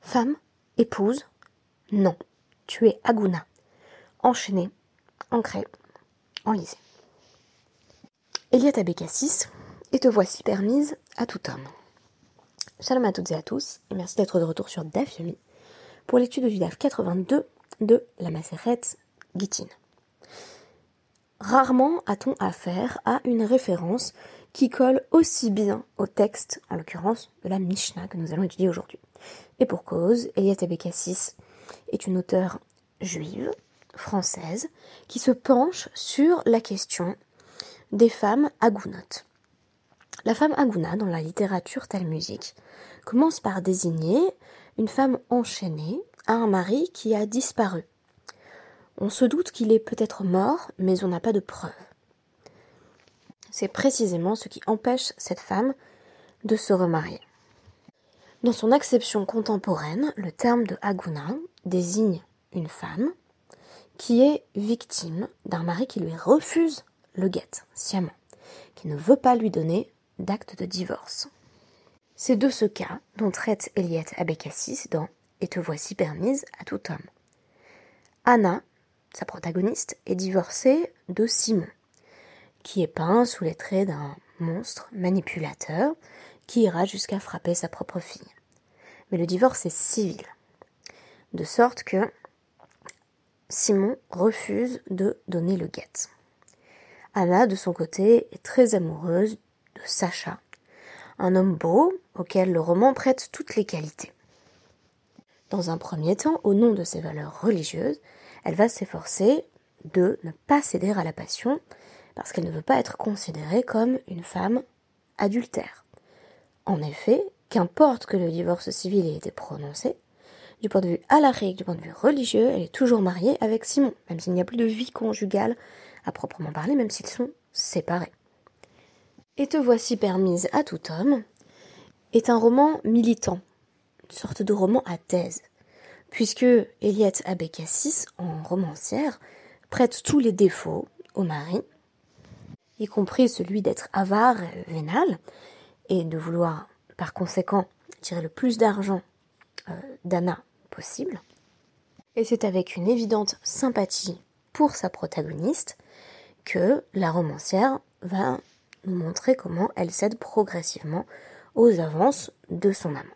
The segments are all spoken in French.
Femme, épouse, non, tu es aguna, enchaînée, ancrée, enlisée. Eliat Abécassis, et te voici permise à tout homme. Shalom à toutes et à tous, et merci d'être de retour sur Daf Yomi pour l'étude du Daf 82 de la Maseret Gittin. Rarement a-t-on affaire à une référence qui colle aussi bien au texte, en l'occurrence de la Mishnah que nous allons étudier aujourd'hui. Et pour cause, Eliat Abécassis est une auteure juive, française, qui se penche sur la question des femmes agounot. La femme agouna, dans la littérature talmudique, commence par désigner une femme enchaînée à un mari qui a disparu. On se doute qu'il est peut-être mort, mais on n'a pas de preuves. C'est précisément ce qui empêche cette femme de se remarier. Dans son acception contemporaine, le terme de agouna désigne une femme qui est victime d'un mari qui lui refuse le guet, sciemment, qui ne veut pas lui donner d'acte de divorce. C'est de ce cas dont traite Eliat Abécassis dans « Et te voici permise à tout homme ». Anna, sa protagoniste, est divorcée de Simon, qui est peint sous les traits d'un monstre manipulateur qui ira jusqu'à frapper sa propre fille. Mais le divorce est civil, de sorte que Simon refuse de donner le guet. Anna, de son côté, est très amoureuse de Sacha, un homme beau auquel le roman prête toutes les qualités. Dans un premier temps, au nom de ses valeurs religieuses, elle va s'efforcer de ne pas céder à la passion parce qu'elle ne veut pas être considérée comme une femme adultère. En effet, qu'importe que le divorce civil ait été prononcé, du point de vue halachique, du point de vue religieux, elle est toujours mariée avec Simon, même s'il n'y a plus de vie conjugale à proprement parler, même s'ils sont séparés. Et te voici permise à tout homme est un roman militant, une sorte de roman à thèse, puisque Eliat Abécassis, en romancière, prête tous les défauts au mari, y compris celui d'être avare, vénal, et de vouloir par conséquent tirer le plus d'argent d'Anna possible. Et c'est avec une évidente sympathie pour sa protagoniste que la romancière va nous montrer comment elle cède progressivement aux avances de son amant.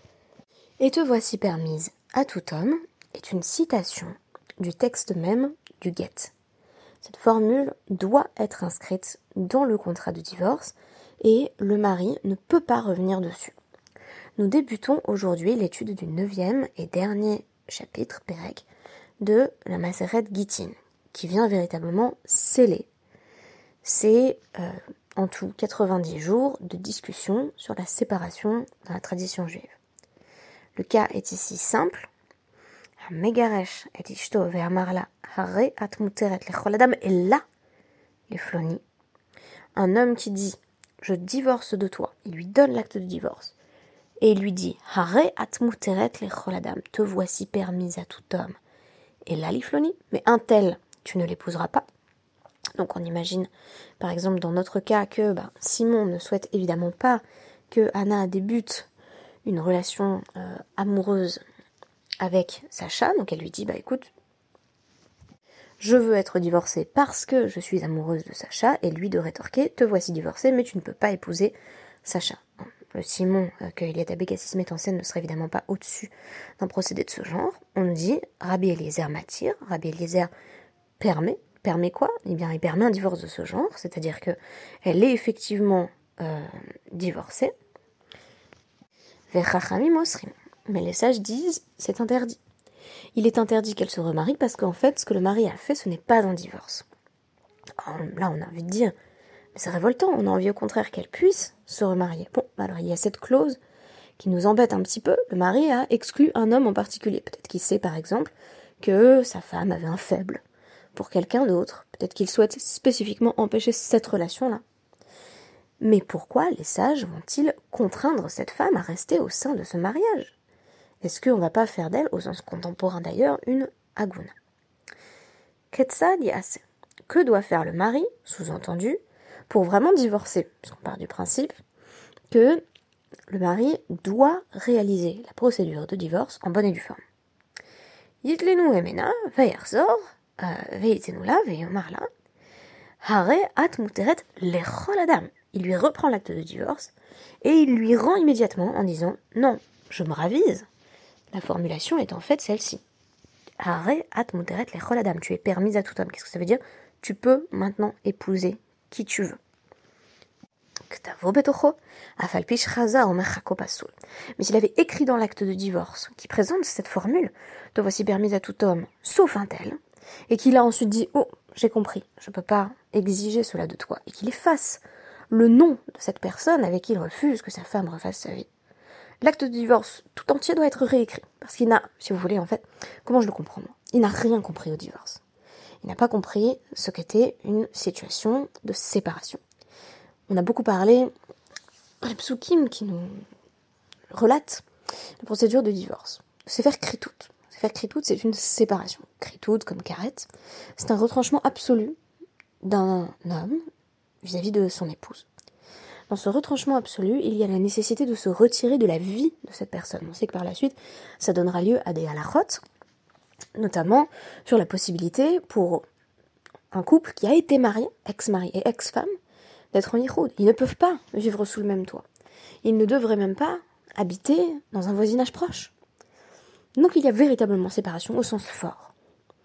Et te voici permise à tout homme est une citation du texte même du guet. Cette formule doit être inscrite dans le contrat de divorce et le mari ne peut pas revenir dessus. Nous débutons aujourd'hui l'étude du 9e et dernier chapitre, Pérec, de la Maseret Gittin, qui vient véritablement sceller ces en tout 90 jours de discussion sur la séparation dans la tradition juive. Le cas est ici simple. Megaresh et ishto ve'amarla hare at muteret lechol adam ella lefloni. Un homme qui dit « Je divorce de toi », il lui donne l'acte de divorce. Et il lui dit « Hare at muteret lechol adam », te voici permise à tout homme. Et là, lifloni, mais un tel, tu ne l'épouseras pas. Donc on imagine, par exemple, dans notre cas, que Simon ne souhaite évidemment pas que Anna débute une relation amoureuse avec Sacha. Donc elle lui dit, écoute, je veux être divorcée parce que je suis amoureuse de Sacha. Et lui de rétorquer, te voici divorcée, mais tu ne peux pas épouser Sacha. Le Simon que Eliat Abécassis met en scène ne serait évidemment pas au-dessus d'un procédé de ce genre. On nous dit, Rabbi Eliezer m'attire, Rabbi Eliezer permet quoi ? Eh bien, il permet un divorce de ce genre, c'est-à-dire que elle est effectivement divorcée. Vechachamim osrim. Mais les sages disent, c'est interdit. Il est interdit qu'elle se remarie parce qu'en fait, ce que le mari a fait, ce n'est pas un divorce. Alors, là, on a envie de dire, mais c'est révoltant, on a envie au contraire qu'elle puisse se remarier. Bon, alors il y a cette clause qui nous embête un petit peu. Le mari a exclu un homme en particulier. Peut-être qu'il sait, par exemple, que sa femme avait un faible pour quelqu'un d'autre. Peut-être qu'il souhaite spécifiquement empêcher cette relation-là. Mais pourquoi les sages vont-ils contraindre cette femme à rester au sein de ce mariage ? Est-ce qu'on ne va pas faire d'elle, au sens contemporain d'ailleurs, une agouna ? Ketzad yase. Que doit faire le mari, sous-entendu, pour vraiment divorcer ? Puisqu'on part du principe que le mari doit réaliser la procédure de divorce en bonne et due forme. Yitlenu emena, vayerzor, veitenu la, veyomar la, hare at muteret lechol adam. Il lui reprend l'acte de divorce et il lui rend immédiatement en disant « Non, je me ravise ». La formulation est en fait celle-ci. « Hare at muteret lechol adam ». Tu es permise à tout homme. Qu'est-ce que ça veut dire ? Tu peux maintenant épouser qui tu veux. Mais s'il avait écrit dans l'acte de divorce qui présente cette formule « Te voici permise à tout homme, sauf un tel », et qu'il a ensuite dit « Oh, j'ai compris, je ne peux pas exiger cela de toi », et qu'il efface le nom de cette personne avec qui il refuse que sa femme refasse sa vie. L'acte de divorce tout entier doit être réécrit, parce qu'il n'a, si vous voulez, en fait, comment je le comprends moi ? Il n'a rien compris au divorce. Il n'a pas compris ce qu'était une situation de séparation. On a beaucoup parlé, les psukim qui nous relatent la procédure de divorce. Sefer Kritout. Sefer Kritout, c'est une séparation. Kritout, comme karet, c'est un retranchement absolu d'un homme vis-à-vis de son épouse. Dans ce retranchement absolu, il y a la nécessité de se retirer de la vie de cette personne. On sait que par la suite, ça donnera lieu à des halachot, notamment sur la possibilité pour un couple qui a été marié, ex-mari et ex-femme, d'être en yichoud. Ils ne peuvent pas vivre sous le même toit. Ils ne devraient même pas habiter dans un voisinage proche. Donc il y a véritablement séparation au sens fort.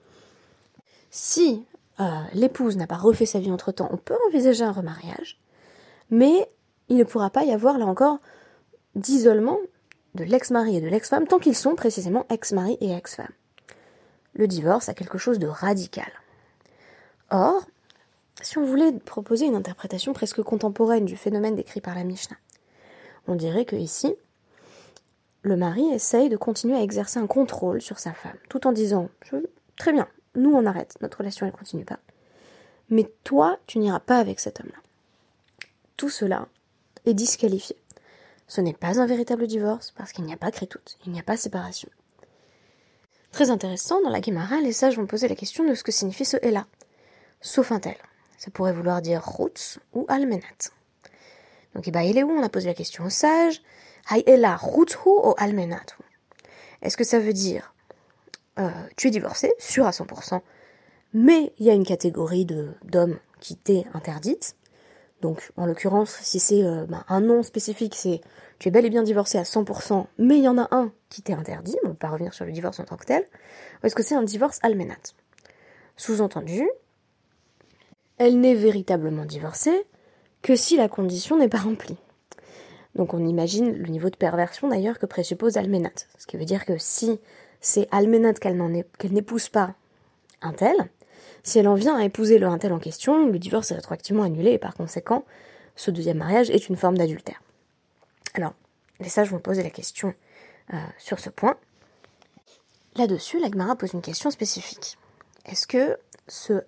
Si l'épouse n'a pas refait sa vie entre-temps, on peut envisager un remariage, mais il ne pourra pas y avoir, là encore, d'isolement de l'ex-mari et de l'ex-femme tant qu'ils sont précisément ex-mari et ex-femme. Le divorce a quelque chose de radical. Or, si on voulait proposer une interprétation presque contemporaine du phénomène décrit par la Mishnah, on dirait que ici, le mari essaye de continuer à exercer un contrôle sur sa femme, tout en disant « Très bien, nous on arrête, notre relation elle continue pas, mais toi tu n'iras pas avec cet homme-là. » Tout cela est disqualifié. Ce n'est pas un véritable divorce parce qu'il n'y a pas kritout, il n'y a pas séparation. Très intéressant, dans la Gemara, les sages vont poser la question de ce que signifie ce « Ela », sauf un tel. Ça pourrait vouloir dire chutz ou almenat. Donc, où on a posé la question aux sages. Hay ela chuthu ou almenatu. Est-ce que ça veut dire tu es divorcé, sûr à 100%, mais il y a une catégorie d'hommes qui t'est interdite. Donc, en l'occurrence, si c'est un nom spécifique, c'est tu es bel et bien divorcé à 100%, mais il y en a un qui t'est interdit. On ne peut pas revenir sur le divorce en tant que tel. Ou est-ce que c'est un divorce almenat ? Sous-entendu, elle n'est véritablement divorcée que si la condition n'est pas remplie. Donc on imagine le niveau de perversion d'ailleurs que présuppose almenat. Ce qui veut dire que si c'est almenat qu'elle n'épouse pas un tel, si elle en vient à épouser le un tel en question, le divorce est rétroactivement annulé et par conséquent, ce deuxième mariage est une forme d'adultère. Alors, les sages vont poser la question sur ce point. Là-dessus, la Gemara pose une question spécifique. Est-ce que ce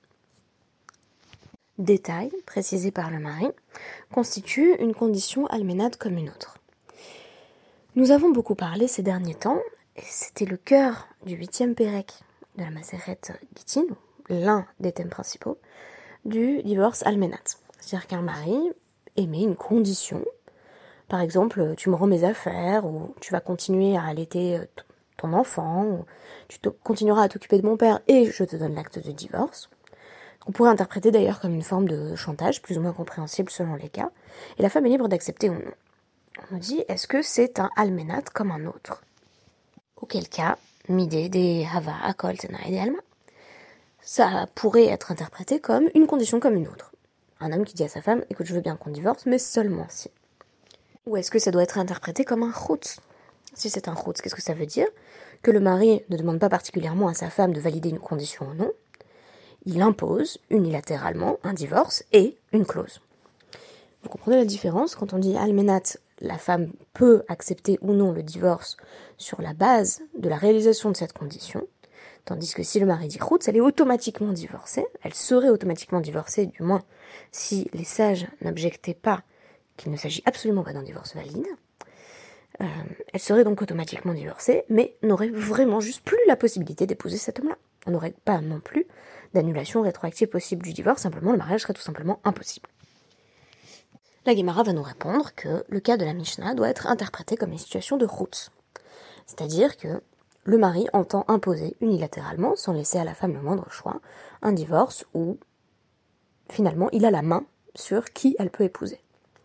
détail, précisé par le mari, constitue une condition alménade comme une autre? Nous avons beaucoup parlé ces derniers temps, et c'était le cœur du 8e pérec de la Maseret Gittin, l'un des thèmes principaux, du divorce alménade. C'est-à-dire qu'un mari émet une condition, par exemple, tu me rends mes affaires, ou tu vas continuer à allaiter ton enfant, ou tu continueras à t'occuper de mon père et je te donne l'acte de divorce. On pourrait interpréter d'ailleurs comme une forme de chantage, plus ou moins compréhensible selon les cas, et la femme est libre d'accepter ou non. On nous dit, est-ce que c'est un alménat comme un autre ? Auquel cas, midé des hava, akol, tena et des alma. Ça pourrait être interprété comme une condition comme une autre. Un homme qui dit à sa femme, écoute, je veux bien qu'on divorce, mais seulement si. Ou est-ce que ça doit être interprété comme un chutz ? Si c'est un chutz, qu'est-ce que ça veut dire ? Que le mari ne demande pas particulièrement à sa femme de valider une condition ou non. Il impose unilatéralement un divorce et une clause. Vous comprenez la différence ? Quand on dit alménat, la femme peut accepter ou non le divorce sur la base de la réalisation de cette condition, tandis que si le mari dit chutz, elle est automatiquement divorcée, elle serait automatiquement divorcée, du moins si les sages n'objectaient pas qu'il ne s'agit absolument pas d'un divorce valide. Elle serait donc automatiquement divorcée, mais n'aurait vraiment juste plus la possibilité d'épouser cet homme-là. On n'aurait pas non plus d'annulation rétroactive possible du divorce, simplement le mariage serait tout simplement impossible. La Gemara va nous répondre que le cas de la Mishnah doit être interprété comme une situation de chutz. C'est-à-dire que le mari entend imposer unilatéralement, sans laisser à la femme le moindre choix, un divorce où, finalement, il a la main sur qui elle peut épouser.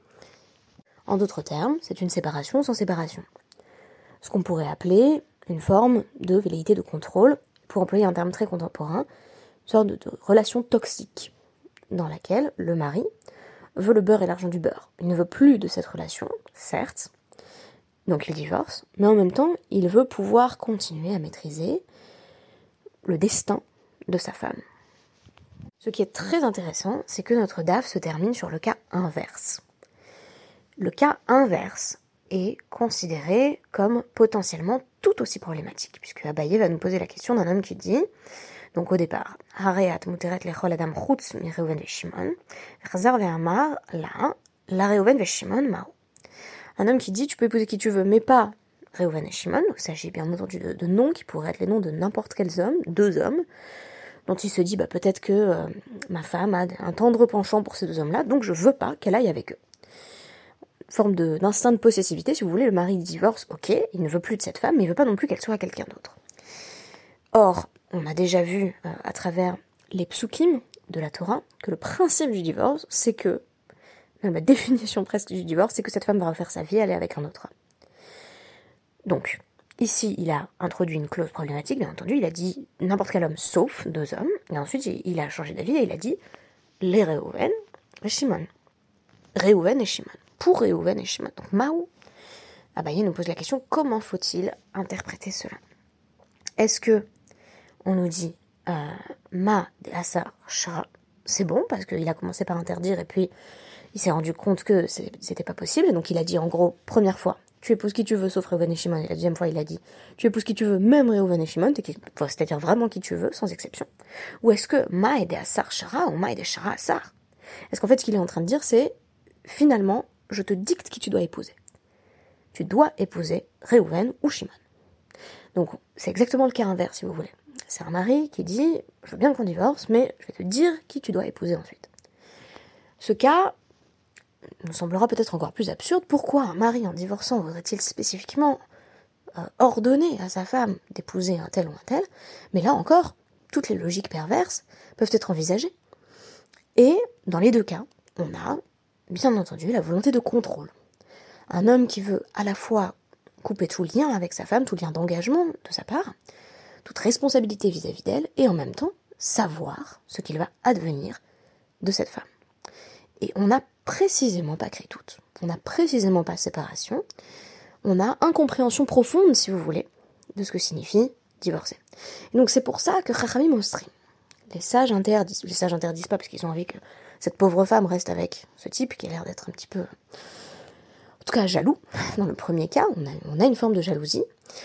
En d'autres termes, c'est une séparation sans séparation. Ce qu'on pourrait appeler une forme de velléité de contrôle, pour employer un terme très contemporain, une sorte de relation toxique, dans laquelle le mari veut le beurre et l'argent du beurre. Il ne veut plus de cette relation, certes, donc il divorce, mais en même temps, il veut pouvoir continuer à maîtriser le destin de sa femme. Ce qui est très intéressant, c'est que notre DAF se termine sur le cas inverse. Le cas inverse est considéré comme potentiellement tout aussi problématique, puisque Abaye va nous poser la question d'un homme qui dit, donc au départ, Hareat muteret lechol adam chutz mi Reuven ve'Shimon, v'chazar ve'amar la Reuven ve'Shimon ma'u. Un homme qui dit, tu peux épouser qui tu veux, mais pas Reuven et Shimon. Il s'agit bien entendu de noms qui pourraient être les noms de n'importe quels hommes, deux hommes, dont il se dit, peut-être que ma femme a un tendre penchant pour ces deux hommes-là, donc je veux pas qu'elle aille avec eux. Forme d'instinct de possessivité, si vous voulez, le mari divorce, ok, il ne veut plus de cette femme, mais il veut pas non plus qu'elle soit à quelqu'un d'autre. Or, on a déjà vu à travers les psukim de la Torah que le principe du divorce, c'est que, même la définition presque du divorce, c'est que cette femme va refaire sa vie, aller avec un autre homme. Donc, ici, il a introduit une clause problématique, bien entendu, il a dit n'importe quel homme sauf deux hommes, et ensuite il a changé d'avis et il a dit les Reuven et Shimon. Reuven et Shimon. Pour Reuven et Shimon. Donc, Maou, Abaye nous pose la question, comment faut-il interpréter cela? Est-ce que on nous dit Ma de Asar Shara, c'est bon, parce qu'il a commencé par interdire, et puis il s'est rendu compte que c'était pas possible, et donc il a dit en gros, première fois, tu épouses qui tu veux sauf Reuven et Shimon, et la deuxième fois il a dit, tu épouses qui tu veux, même Reuven et Shimon, c'est-à-dire vraiment qui tu veux, sans exception. Ou est-ce que Ma de Asar Shara, ou Ma de Shara Asar? Est-ce qu'en fait ce qu'il est en train de dire, c'est, finalement, je te dicte qui tu dois épouser. Tu dois épouser Reuven ou Shimon. Donc c'est exactement le cas inverse, si vous voulez. C'est un mari qui dit, je veux bien qu'on divorce, mais je vais te dire qui tu dois épouser ensuite. Ce cas nous semblera peut-être encore plus absurde. Pourquoi un mari, en divorçant, voudrait-il spécifiquement ordonner à sa femme d'épouser un tel ou un tel? Mais là encore, toutes les logiques perverses peuvent être envisagées. Et dans les deux cas, on a, bien entendu, la volonté de contrôle. Un homme qui veut à la fois couper tout lien avec sa femme, tout lien d'engagement de sa part, toute responsabilité vis-à-vis d'elle, et en même temps savoir ce qu'il va advenir de cette femme. Et on n'a précisément pas crétoute, on n'a précisément pas séparation, on a incompréhension profonde, si vous voulez, de ce que signifie divorcer. Et donc c'est pour ça que Chachamim Ostrim, les sages interdisent pas parce qu'ils ont envie que cette pauvre femme reste avec ce type qui a l'air d'être un petit peu, en tout cas jaloux. Dans le premier cas, on a une forme de jalousie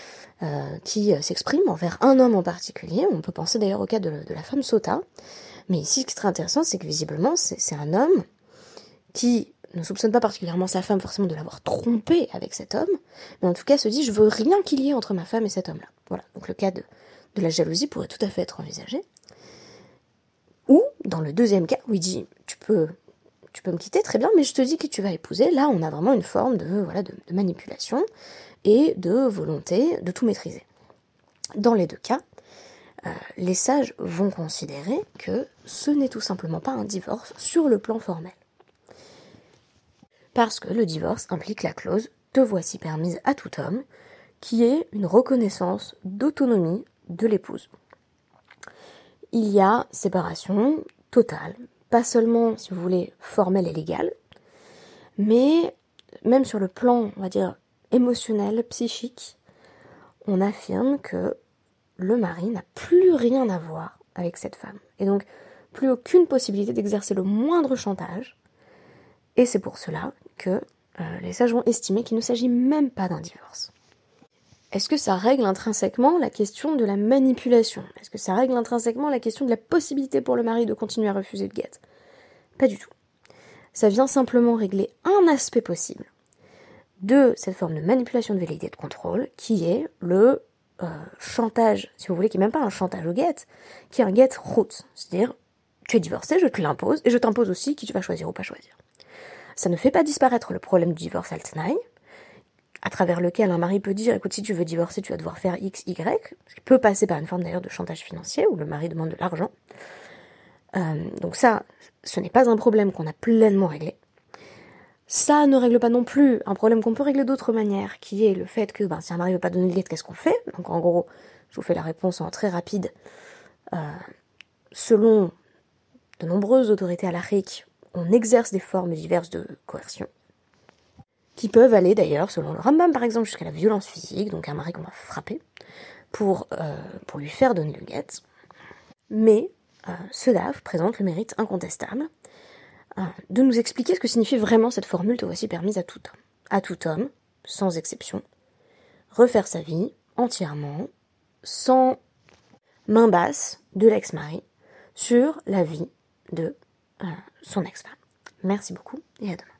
qui s'exprime envers un homme en particulier. On peut penser d'ailleurs au cas de la femme Sota. Mais ici, ce qui est très intéressant, c'est que visiblement, c'est un homme qui ne soupçonne pas particulièrement sa femme forcément de l'avoir trompée avec cet homme, mais en tout cas se dit, je veux rien qu'il y ait entre ma femme et cet homme-là. Voilà, donc le cas de la jalousie pourrait tout à fait être envisagé. Ou, dans le deuxième cas, où il dit, tu peux me quitter, très bien, mais je te dis qui tu vas épouser. Là, on a vraiment une forme de manipulation et de volonté de tout maîtriser. Dans les deux cas, les sages vont considérer que ce n'est tout simplement pas un divorce sur le plan formel. Parce que le divorce implique la clause « te voici permise à tout homme », qui est une reconnaissance d'autonomie de l'épouse. Il y a séparation totale, pas seulement, si vous voulez, formelle et légale, mais même sur le plan, on va dire, émotionnel, psychique, on affirme que le mari n'a plus rien à voir avec cette femme. Et donc, plus aucune possibilité d'exercer le moindre chantage. Et c'est pour cela que les sages vont estimer qu'il ne s'agit même pas d'un divorce. Est-ce que ça règle intrinsèquement la question de la manipulation? Est-ce que ça règle intrinsèquement la question de la possibilité pour le mari de continuer à refuser le guet? Pas du tout. Ça vient simplement régler un aspect possible de cette forme de manipulation de velléité de contrôle, qui est le chantage, si vous voulez, qui n'est même pas un chantage au guet, qui est un guet route. C'est-à-dire, tu es divorcé, je te l'impose, et je t'impose aussi qui tu vas choisir ou pas choisir. Ça ne fait pas disparaître le problème du divorce al-Tnaï, à travers lequel un mari peut dire, écoute, si tu veux divorcer, tu vas devoir faire X, Y, ce qui peut passer par une forme d'ailleurs de chantage financier, où le mari demande de l'argent. Donc ça, ce n'est pas un problème qu'on a pleinement réglé. Ça ne règle pas non plus un problème qu'on peut régler d'autres manières, qui est le fait que si un mari ne veut pas donner le guet, qu'est-ce qu'on fait? Donc en gros, je vous fais la réponse en très rapide. Selon de nombreuses autorités halachiques, on exerce des formes diverses de coercion, qui peuvent aller d'ailleurs, selon le Rambam par exemple, jusqu'à la violence physique, donc un mari qu'on va frapper, pour lui faire donner le guet. Mais ce DAF présente le mérite incontestable de nous expliquer ce que signifie vraiment cette formule « te voici permise à tout homme, sans exception, refaire sa vie entièrement, sans main basse de l'ex-mari, sur la vie de son ex-femme ». Merci beaucoup et à demain.